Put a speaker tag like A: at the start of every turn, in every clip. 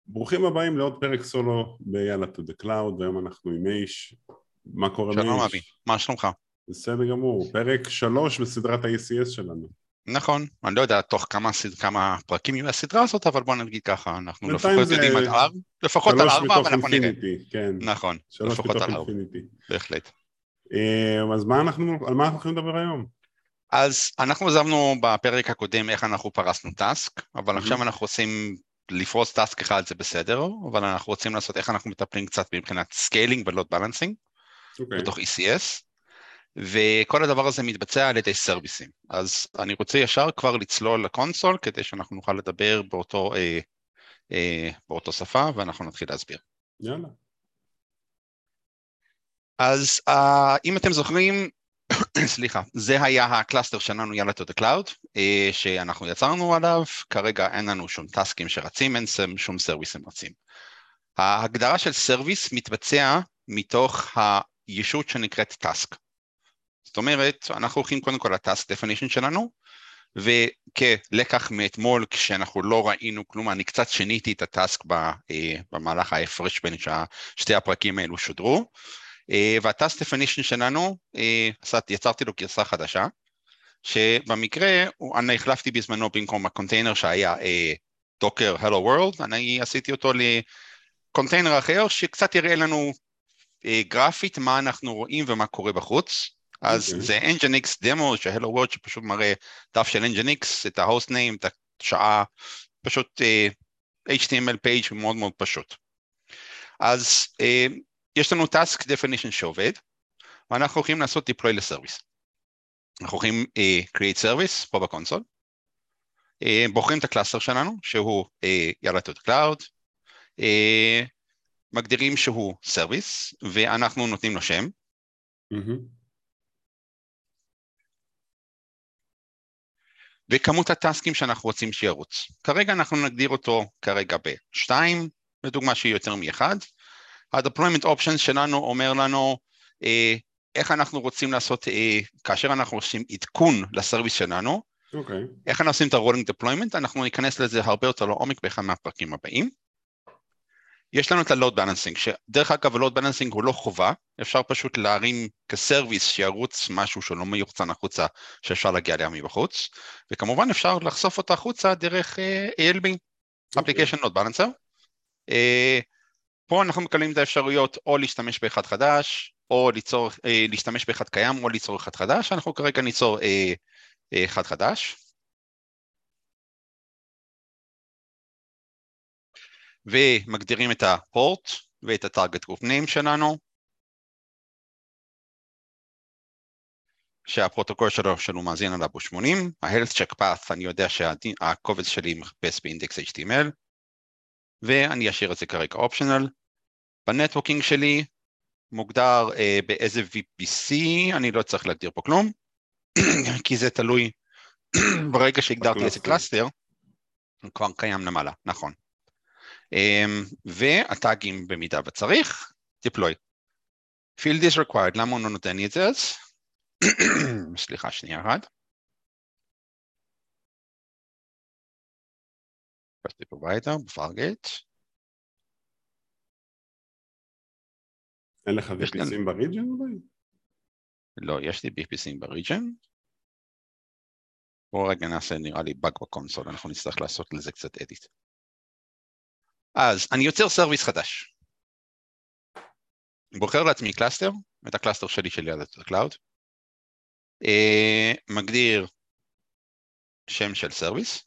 A: ברוכים הבאים לעוד פרק סולו ביאללה to the cloud, והיום אנחנו עם מייש. מה קורה
B: שלום אבי,
A: מייש?
B: מה שלומך?
A: בסדר גמור, פרק 3 בסדרת ה-ACS שלנו.
B: נכון, אני לא יודע תוך כמה פרקים יהיו הסדרה הזאת, אבל בוא נגיד ככה, אנחנו
A: בינתיים
B: לפחות
A: זה
B: יודעים לפחות על
A: 3
B: 4,
A: מתוך
B: אבל אנחנו נראה.
A: אינפיניטי, כן.
B: נכון,
A: 3
B: לפחות
A: מתוך
B: על 4,
A: אינפיניטי.
B: בהחלט.
A: אז על מה אנחנו הולכים לדבר היום?
B: אז אנחנו עזבנו בפרק הקודם איך אנחנו פרסנו טאסק, אבל
A: מהמם.
B: עכשיו אנחנו רוצים לפרוס טאסק אחד זה בסדר, אבל אנחנו רוצים לעשות איך אנחנו מטפלים קצת מבחינת סקיילינג ולוד בלנסינג,
A: אוקיי.
B: בתוך ECS. וכל הדבר הזה מתבצע על ידי סרוויסים. אז אני רוצה ישר כבר לצלול לקונסול, כדי שאנחנו נוכל לדבר באותו שפה, ואנחנו נתחיל להסביר.
A: יאללה.
B: אז אם אתם זוכרים, סליחה, זה היה הקלאסטר שלנו יאללה to the cloud, שאנחנו יצרנו עליו, כרגע אין לנו שום טסקים שרצים, אין שום סרוויסים רצים. ההגדרה של סרוויס מתבצע מתוך הישות שנקראת טאסק. זאת אומרת, אנחנו הולכים קודם כל לטאסק דפינישן שלנו, וכלקח מאתמול כשאנחנו לא ראינו כלום, אני קצת שיניתי את הטאסק במהלך ההפרש בין שתי הפרקים האלו שודרו, והטאסק דפינישן שלנו, יצרתי לו גרסה חדשה, שבמקרה אני החלפתי בזמנו במקום הקונטיינר שהיה דוקר Hello World, אני עשיתי אותו לקונטיינר אחר שקצת יראה לנו גרפית מה אנחנו רואים ומה קורה בחוץ. אז זה Nginx דמו של Hello World שפשוט מראה דף של Nginx, את ה-host name, את השעה, פשוט HTML page מאוד מאוד פשוט. אז יש לנו task definition שעובד, ואנחנו הולכים לעשות deploy לסרוויס. אנחנו הולכים create service פה בקונסול, בוחרים את הקלאסטר שלנו, שהוא יאללה to the cloud, מגדירים שהוא service, ואנחנו נותנים לו שם. וכמות הטסקים שאנחנו רוצים שירוץ. כרגע אנחנו נגדיר אותו כרגע ב-2, בדוגמה שהיא יותר מ-1. ה-deployment options שלנו אומר לנו איך אנחנו רוצים לעשות, כאשר אנחנו עושים עדכון לסרוויס שלנו, איך אנחנו עושים את ה-rolling deployment, אנחנו ניכנס לזה הרבה יותר לעומק באחד מהפרקים הבאים. יש לנו את ה-load balancing, שדרך אגב ה-load balancing הוא לא חובה, אפשר פשוט להרים כסרוויס שירוץ משהו שלא מיוחצן החוצה, שאפשר להגיע אליה מבחוץ, וכמובן אפשר לחשוף אותה החוצה דרך ALB, Application Load Balancer. פה אנחנו מקבלים את האפשרויות או להשתמש באחד חדש, או להשתמש באחד קיים, או ליצור אחד חדש, אנחנו כרגע ניצור אחד חדש. ומגדירים את הפורט ואת הטארגט גרופ ניים שלנו, שהפרוטוקול שלו מאזין עליו הוא 80, ה-health check path אני יודע שהקובץ שלי מחפש באינדקס HTML, ואני אשאיר את זה כרגע אופשיונל. בנטוורקינג שלי מוגדר באיזה VPC, אני לא צריך להגדיר פה כלום, כי זה תלוי ברגע שהגדרתי איזה קלאסטר, הוא כבר קיים למעלה, נכון. והטאגים במידה וצריך, deploy. field is required, למה הוא לא נותן לי את זה אז? סליחה, שנייה אחת. פרסטי פרוביידר, בפארגייט.
A: אין לך VPCים בריג'ן אולי?
B: לא, יש לי VPCים בריג'ן. בואו רגע נעשה, נראה לי באג בקונסול, אנחנו נצטרך לעשות לזה קצת אדיט. אז אני יוצר סרוויס חדש. בוחר לעצמי קלאסטר, את הקלאסטר שלי של יאללה to the cloud. מגדיר שם של סרוויס.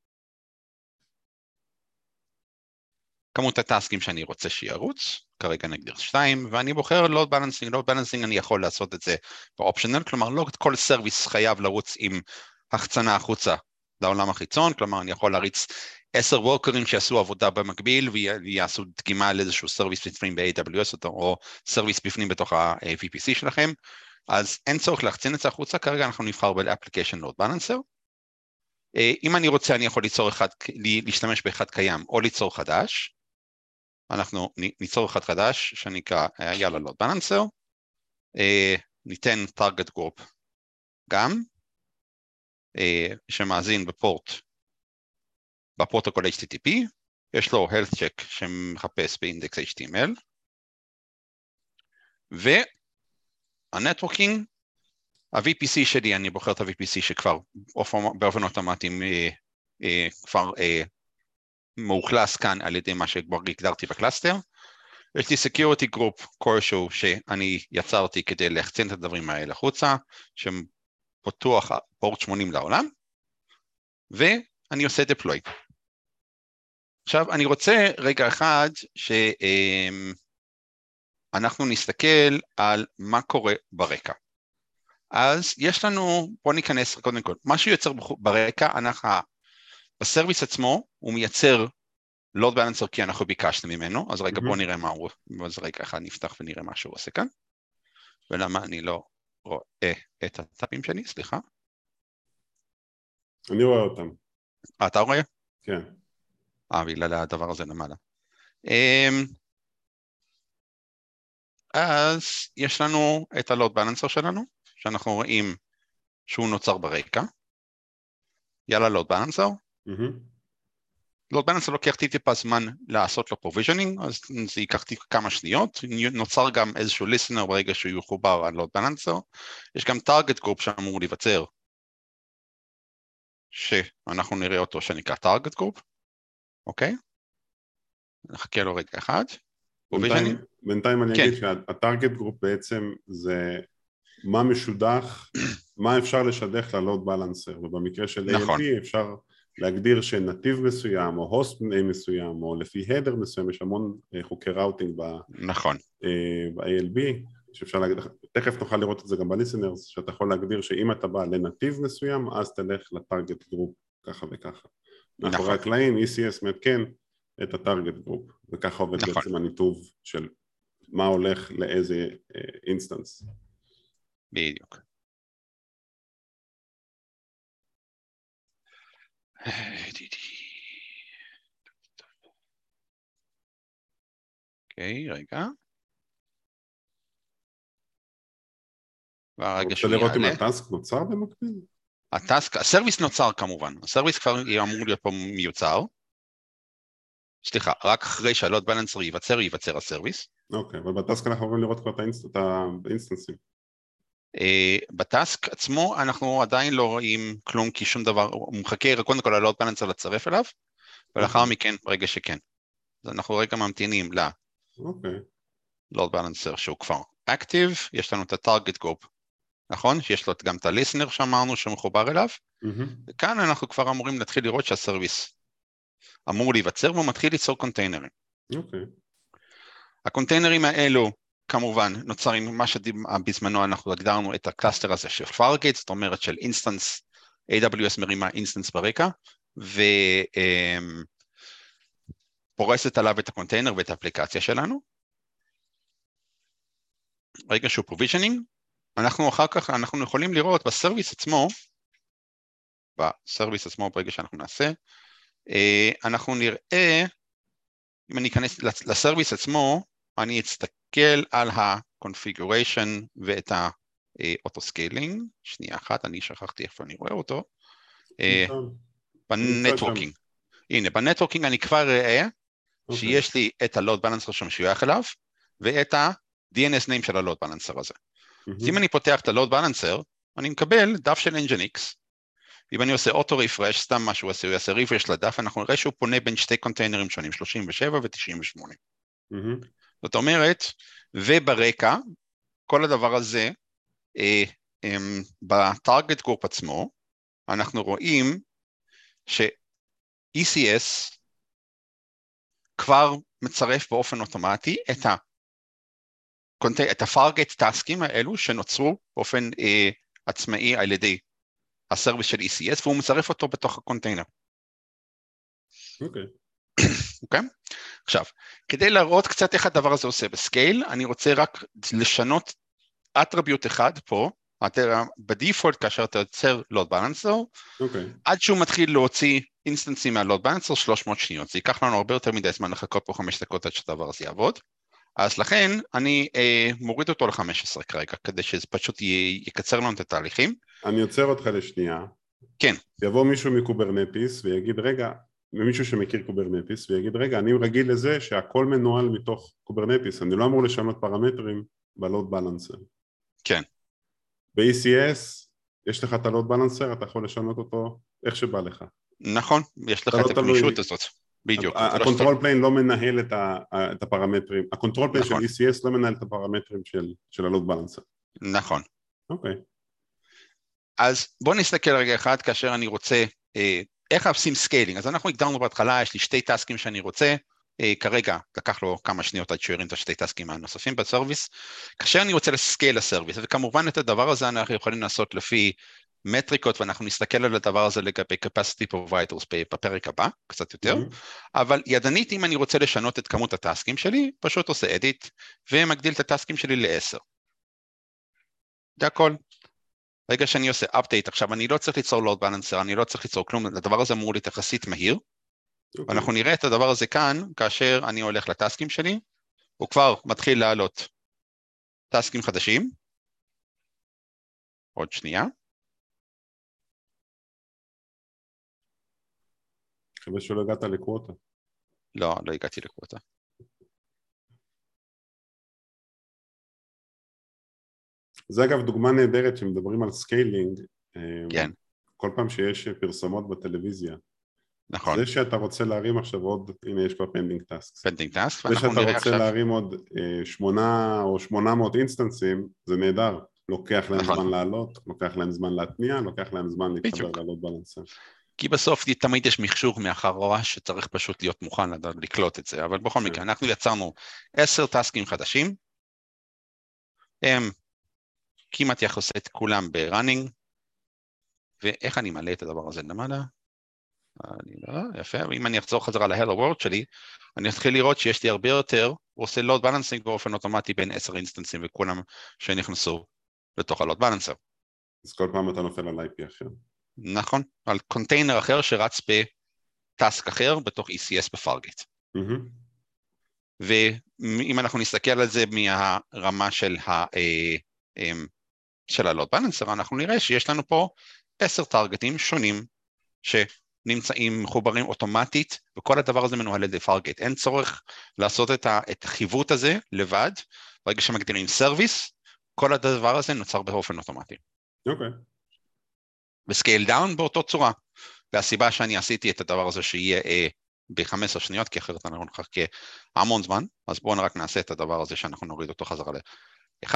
B: כמות הטסקים שאני רוצה שירוץ, כרגע נגדיר 2, ואני בוחר לוד בלנסינג. לוד בלנסינג אני יכול לעשות את זה באופשיונל, כלומר לא כל סרוויס חייב לרוץ עם החצנה החוצה לעולם החיצון, כלומר אני יכול להריץ 10 וורקרים שיעשו עבודה במקביל, ויעשו דגימה על איזשהו סרוויס בפנים ב-AWS, או סרוויס בפנים בתוך ה-VPC שלכם, אז אין צורך להחצין את זה החוצה, כרגע אנחנו נבחר ב-Application Load Balancer. אם אני רוצה, אני יכול להשתמש באחד קיים, או ליצור חדש. אנחנו ניצור אחד חדש, שנקרא יאללה Load Balancer, ניתן Target Group גם, שמאזין בפורטוקול HTTP, יש לו health check שמחפש באינדקס HTML, והנטוורקינג, ה-VPC שלי, אני בוחר את ה-VPC שכבר באופן אוטומטי כבר מאוכלס כאן על ידי מה שכבר הגדרתי בקלאסטר. יש לי security group כלשהו שאני יצרתי כדי להחצין את הדברים האלה החוצה, שפתוח פורט 80 לעולם, ואני עושה deploy. עכשיו אני רוצה רגע אחד שאנחנו נסתכל על מה קורה ברקע. אז יש לנו, בואו ניכנס קודם כל, מה שיוצר ברקע, בסרוויס עצמו הוא מייצר load balancer כי אנחנו ביקשנו ממנו, אז רגע בואו נראה מה הוא, אז רגע אחד נפתח ונראה מה שהוא עושה כאן, ולמה אני לא רואה את הטאפים שלי, סליחה.
A: אני רואה אותם.
B: אתה רואה?
A: כן.
B: בגלל הדבר הזה למעלה. אז יש לנו את ה-load balancer שלנו, שאנחנו רואים שהוא נוצר ברקע. יאללה, load balancer. load balancer לוקח טיפה זמן לעשות לו provisioning, אז זה ייקח כמה שניות. נוצר גם איזשהו listener ברגע שהוא יחובר על load balancer. יש גם target group שאמור להיווצר, שאנחנו נראה אותו שנקרא target group. אוקיי? נחכה לו רגע אחד.
A: בינתיים אני אגיד שהטארגט גרופ בעצם זה מה משודך, מה אפשר לשדך ל-load balancer, ובמקרה של ALB אפשר להגדיר שנתיב מסוים או הוסט מסוים או לפי הדר מסוים, יש המון חוקי ראוטינג ב-ALB, שאפשר להגיד, תכף תוכל לראות את זה גם ב-listeners, שאתה יכול להגדיר שאם אתה בא לנתיב מסוים, אז תלך לטארגט גרופ ככה וככה. מאחורי הקלעים, ECS מעדכן את הטארגט גרופ, וככה עובד בעצם הניתוב של מה הולך לאיזה אינסטנס.
B: בדיוק. אוקיי, רגע.
A: רוצה לראות אם הטאסק נוצר במקביל?
B: הסרוויס נוצר כמובן, הסרוויס כבר אמור להיות פה מיוצר. סליחה, רק אחרי שה-load balancer ייווצר הסרוויס.
A: אוקיי, אבל בטאסק אנחנו יכולים לראות כבר את האינסטנסים.
B: בטאסק עצמו אנחנו עדיין לא רואים כלום, כי שום דבר, הוא מחכה קודם כל ה-load balancer לצרף אליו, ולאחר מכן, ברגע שכן. אז אנחנו רגע ממתינים ל-load balancer שהוא כבר active, יש לנו את ה-target group, נכון? שיש לו גם את ה-listener שאמרנו שמחובר אליו, וכאן אנחנו כבר אמורים להתחיל לראות שהסרוויס אמור להיווצר, והוא מתחיל ליצור קונטיינרים. הקונטיינרים האלו, כמובן, נוצרים, מה שבזמנו אנחנו הגדרנו את הקלאסטר הזה של Fargate, זאת אומרת של אינסטנס, AWS מרימה אינסטנס ברקע, ופורסת עליו את הקונטיינר ואת האפליקציה שלנו. רגע שהוא provisioning, אנחנו אחר כך, אנחנו יכולים לראות בסרוויס עצמו, ברגע שאנחנו נעשה, אנחנו נראה, אם אני אכנס לסרוויס עצמו, אני אסתכל על ה-configuration ואת ה-auto-scaling, שנייה אחת, אני שכחתי איפה אני רואה אותו, בנטוורקינג. הנה, בנטוורקינג אני כבר רואה שיש לי את ה-load balancer שמשוייך אליו, ואת ה-DNS name של ה-load balancer הזה. אז אם אני פותח את ה-load balancer, אני מקבל דף של Nginx, אם אני עושה auto-refresh, סתם משהו עושה, הוא יעשה refresh לדף, אנחנו נראה שהוא פונה בין שתי קונטיינרים שונים, 37 ו-98. זאת אומרת, וברקע, כל הדבר הזה, בטארגט גרופ עצמו, אנחנו רואים ש-ECS כבר מצרף באופן אוטומטי את ה-Fargate טאסקים האלו שנוצרו באופן עצמאי על ידי הסרוויס של ECS, והוא מצרף אותו בתוך הקונטיינר. אוקיי? עכשיו, כדי להראות קצת איך הדבר הזה עושה בסקייל, אני רוצה רק לשנות אטריביוט אחד פה, בדיפולט כאשר אתה יוצר load balancer, עד שהוא מתחיל להוציא אינסטנסים מה-load balancer 300 שניות, זה ייקח לנו הרבה יותר מדי זמן לחכות פה 5 דקות עד שהדבר הזה יעבוד, אז לכן אני מוריד אותו ל-15 כרגע, כדי שזה פשוט יקצר לנו את התהליכים.
A: אני עוצר אותך לשנייה.
B: כן.
A: יבוא מישהו מקוברנטיס ויגיד, רגע, ומישהו שמכיר קוברנטיס ויגיד, רגע, אני רגיל לזה שהכל מנוהל מתוך קוברנטיס, אני לא אמור לשנות פרמטרים בלוד בלנסר.
B: כן.
A: ב-ECS יש לך את הלוד בלנסר, אתה יכול לשנות אותו איך שבא לך.
B: נכון, יש לך את הגמישות הזאת. בדיוק.
A: הקונטרול פליין לא מנהל את הפרמטרים, הקונטרול פליין של
B: נכון.
A: ECS לא מנהל את הפרמטרים של הלוד בלנסר.
B: נכון.
A: אוקיי.
B: אז בוא נסתכל רגע אחד כאשר אני רוצה, איך עושים סקיילינג. אז אנחנו הגדרנו בהתחלה, יש לי 2 טסקים שאני רוצה, כרגע לקח לו כמה שניות עד שירים את ה2 טסקים הנוספים בסרוויס, כאשר אני רוצה לסקייל לסרוויס, וכמובן את הדבר הזה אנחנו יכולים לעשות לפי מטריקות, ואנחנו נסתכל על הדבר הזה לגבי capacity providers בפרק הבא, קצת יותר, אבל ידנית אם אני רוצה לשנות את כמות הטסקים שלי, פשוט עושה edit, ומגדיל את הטסקים שלי ל10. זה הכל. רגע שאני עושה update, עכשיו אני לא צריך ליצור load balancer, אני לא צריך ליצור כלום, הדבר הזה אמור להיות יחסית מהיר, ואנחנו נראה את הדבר הזה כאן, כאשר אני הולך לטסקים שלי, הוא כבר מתחיל לעלות טסקים חדשים, עוד שנייה.
A: חושב שלא הגעת לקווטה.
B: לא הגעתי לקווטה.
A: זה אגב דוגמה נהדרת שמדברים על סקיילינג,
B: כן.
A: כל פעם שיש פרסומות בטלוויזיה,
B: נכון.
A: זה שאתה רוצה להרים עכשיו עוד, הנה יש כבר פנדינג טאסק,
B: פנדינג טאסק,
A: זה שאתה רוצה להרים עוד 8 או 800 אינסטנסים, זה נהדר, לוקח להם זמן לעלות, לוקח להם זמן להתניע, לוקח להם זמן להתחבר לעלות בלנסר.
B: כי בסוף תמיד יש מכשור מאחורה שצריך פשוט להיות מוכן לקלוט את זה, אבל בכל מקרה, אנחנו יצרנו 10 טאסקים חדשים, הם כמעט יחסית כולם בראנינג, ואיך אני מעלה את הדבר הזה למעלה? אני לא, יפה, ואם אני אחזור חזרה ל-Hello World שלי, אני אתחיל לראות שיש לי הרבה יותר, הוא עושה load balancing באופן אוטומטי בין 10 אינסטנסים וכולם שנכנסו לתוך ה-load balancer.
A: אז כל פעם אתה נופל על IP אחר.
B: נכון, על קונטיינר אחר שרץ בטאסק אחר בתוך ECS בפארגייט. ואם אנחנו נסתכל על זה מהרמה של ה-load balancer, אנחנו נראה שיש לנו פה 10 טרגטים שונים שנמצאים מחוברים אוטומטית, וכל הדבר הזה מנוהל על ידי פארגייט. אין צורך לעשות את החיווט הזה לבד, ברגע שמגדירים סרוויס, כל הדבר הזה נוצר באופן אוטומטי.
A: אוקיי.
B: וסקייל דאון באותו צורה, והסיבה שאני עשיתי את הדבר הזה שיהיה ב-15 שניות, כי אחרת אנחנו נחכה המון זמן, אז בואו רק נעשה את הדבר הזה שאנחנו נוריד אותו חזרה ל-1.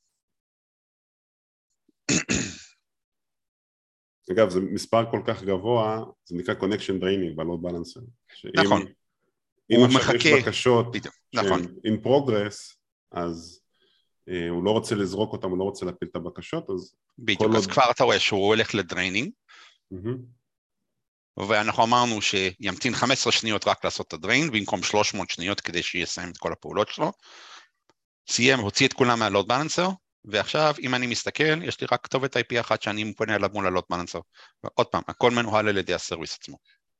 A: אגב, זה מספר כל כך גבוה, זה נקרא connection draining ב-load balancer.
B: נכון.
A: אם עכשיו יש בקשות שהן in progress, אז הוא לא רוצה לזרוק אותם, הוא לא רוצה להפיל את הבקשות, אז...
B: בדיוק, אז כבר אתה רואה שהוא הולך לדריינינג, ואנחנו אמרנו שימתין 15 שניות רק לעשות את הדריין, במקום 300 שניות כדי שיסיים את כל הפעולות שלו. סיים, הוציא את כולם מה-load balancer, ועכשיו אם אני מסתכל, יש לי רק כתובת IP אחת שאני פונה אליו מול ה-load balancer. ועוד פעם, הכל מנוהל על ידי הסרוויס עצמו.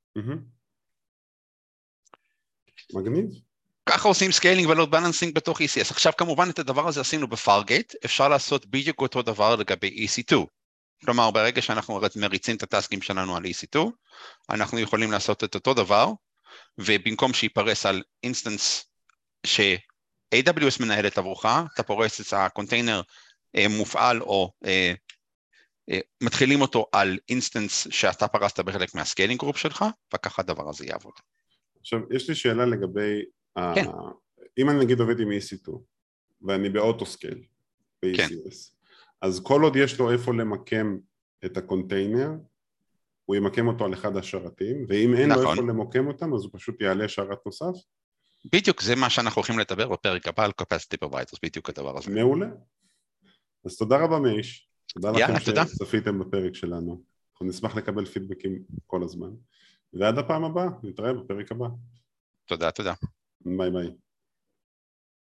A: מגניב.
B: ככה עושים סקיילינג ולוד בלנסינג בתוך ECS. עכשיו כמובן את הדבר הזה עשינו בפארגייט, אפשר לעשות בדיוק אותו דבר לגבי EC2. כלומר ברגע שאנחנו מריצים את הטסקים שלנו על EC2, אנחנו יכולים לעשות את אותו דבר, ובמקום שיפרס על אינסטנס ש-AWS מנהלת עבורך, אתה פורס את הקונטיינר מופעל או מתחילים אותו על אינסטנס שאתה פרסת בחלק מהסקיילינג גרופ שלך, וככה הדבר הזה יעבוד.
A: עכשיו יש לי שאלה לגבי
B: כן.
A: אם אני נגיד עובד עם EC2 ואני באוטוסקייל ב-ECS, אז כל עוד יש לו איפה למקם את הקונטיינר, הוא ימקם אותו על אחד השרתים, ואם אין לו איפה למקם אותם, אז הוא פשוט יעלה שרת נוסף?
B: בדיוק, זה מה שאנחנו הולכים לדבר בפרק הבא על capacity providers, בדיוק הדבר הזה.
A: מעולה. אז תודה רבה מאיש. תודה לכם שצפיתם בפרק שלנו. אנחנו נשמח לקבל פידבקים כל הזמן. ועד הפעם הבאה, נתראה בפרק הבא.
B: תודה.
A: ביי ביי.